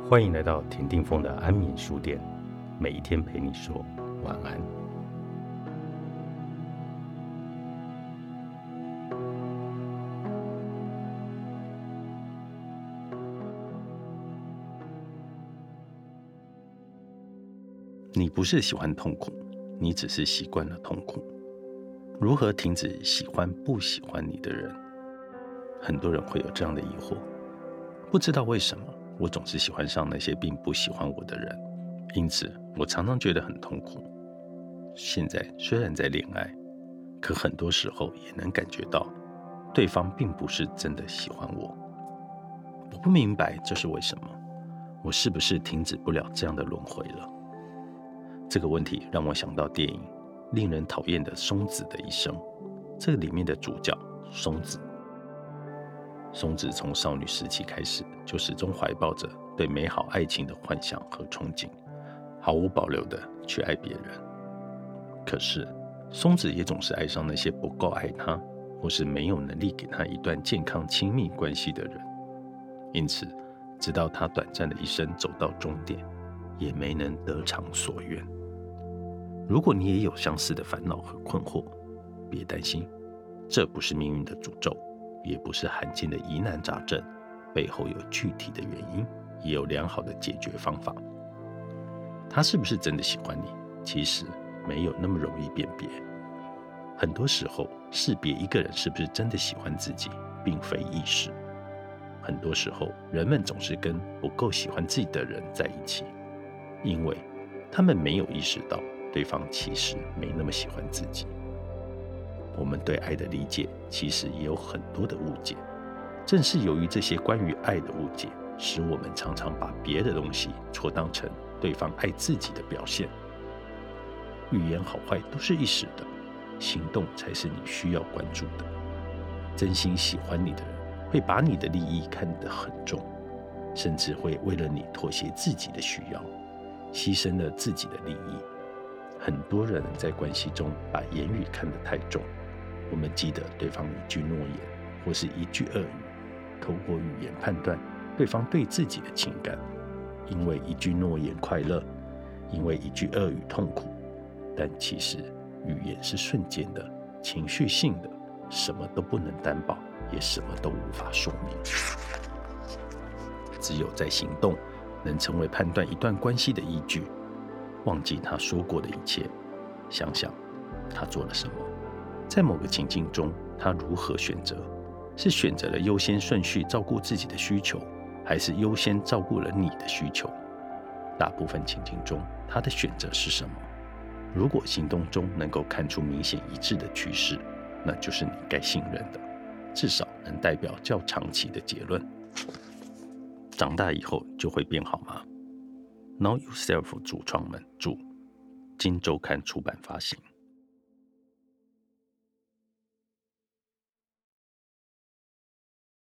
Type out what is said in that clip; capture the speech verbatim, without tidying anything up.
欢迎来到田定峰的安眠书店，每一天陪你说晚安。你不是喜欢痛苦，你只是习惯了痛苦。如何停止喜欢不喜欢你的人？很多人会有这样的疑惑，不知道为什么我总是喜欢上那些并不喜欢我的人，因此我常常觉得很痛苦。现在虽然在恋爱，可很多时候也能感觉到对方并不是真的喜欢我。我不明白这是为什么，我是不是停止不了这样的轮回了？这个问题让我想到电影《令人讨厌的松子的一生》，这里面的主角松子。松子从少女时期开始，就始终怀抱着对美好爱情的幻想和憧憬，毫无保留地去爱别人。可是，松子也总是爱上那些不够爱她，或是没有能力给她一段健康亲密关系的人。因此，直到她短暂的一生走到终点，也没能得偿所愿。如果你也有相似的烦恼和困惑，别担心，这不是命运的诅咒，也不是罕见的疑难杂症，背后有具体的原因，也有良好的解决方法。他是不是真的喜欢你，其实没有那么容易辨别。很多时候，识别一个人是不是真的喜欢自己，并非易事。很多时候，人们总是跟不够喜欢自己的人在一起，因为他们没有意识到对方其实没那么喜欢自己。我们对爱的理解其实也有很多的误解，正是由于这些关于爱的误解，使我们常常把别的东西错当成对方爱自己的表现。语言好坏都是一时的，行动才是你需要关注的。真心喜欢你的人会把你的利益看得很重，甚至会为了你妥协自己的需要，牺牲了自己的利益。很多人在关系中把言语看得太重，我们记得对方一句诺言或是一句恶语，透过语言判断对方对自己的情感。因为一句诺言快乐，因为一句恶语痛苦，但其实语言是瞬间的、情绪性的，什么都不能担保，也什么都无法说明。只有在行动能成为判断一段关系的依据。忘记他说过的一切，想想他做了什么，在某个情境中他如何选择，是选择了优先顺序照顾自己的需求，还是优先照顾了你的需求？大部分情境中他的选择是什么？如果行动中能够看出明显一致的趋势，那就是你该信任的，至少能代表较长期的结论。长大以后就会变好吗？Know Yourself 主创们著，今周刊出版发行。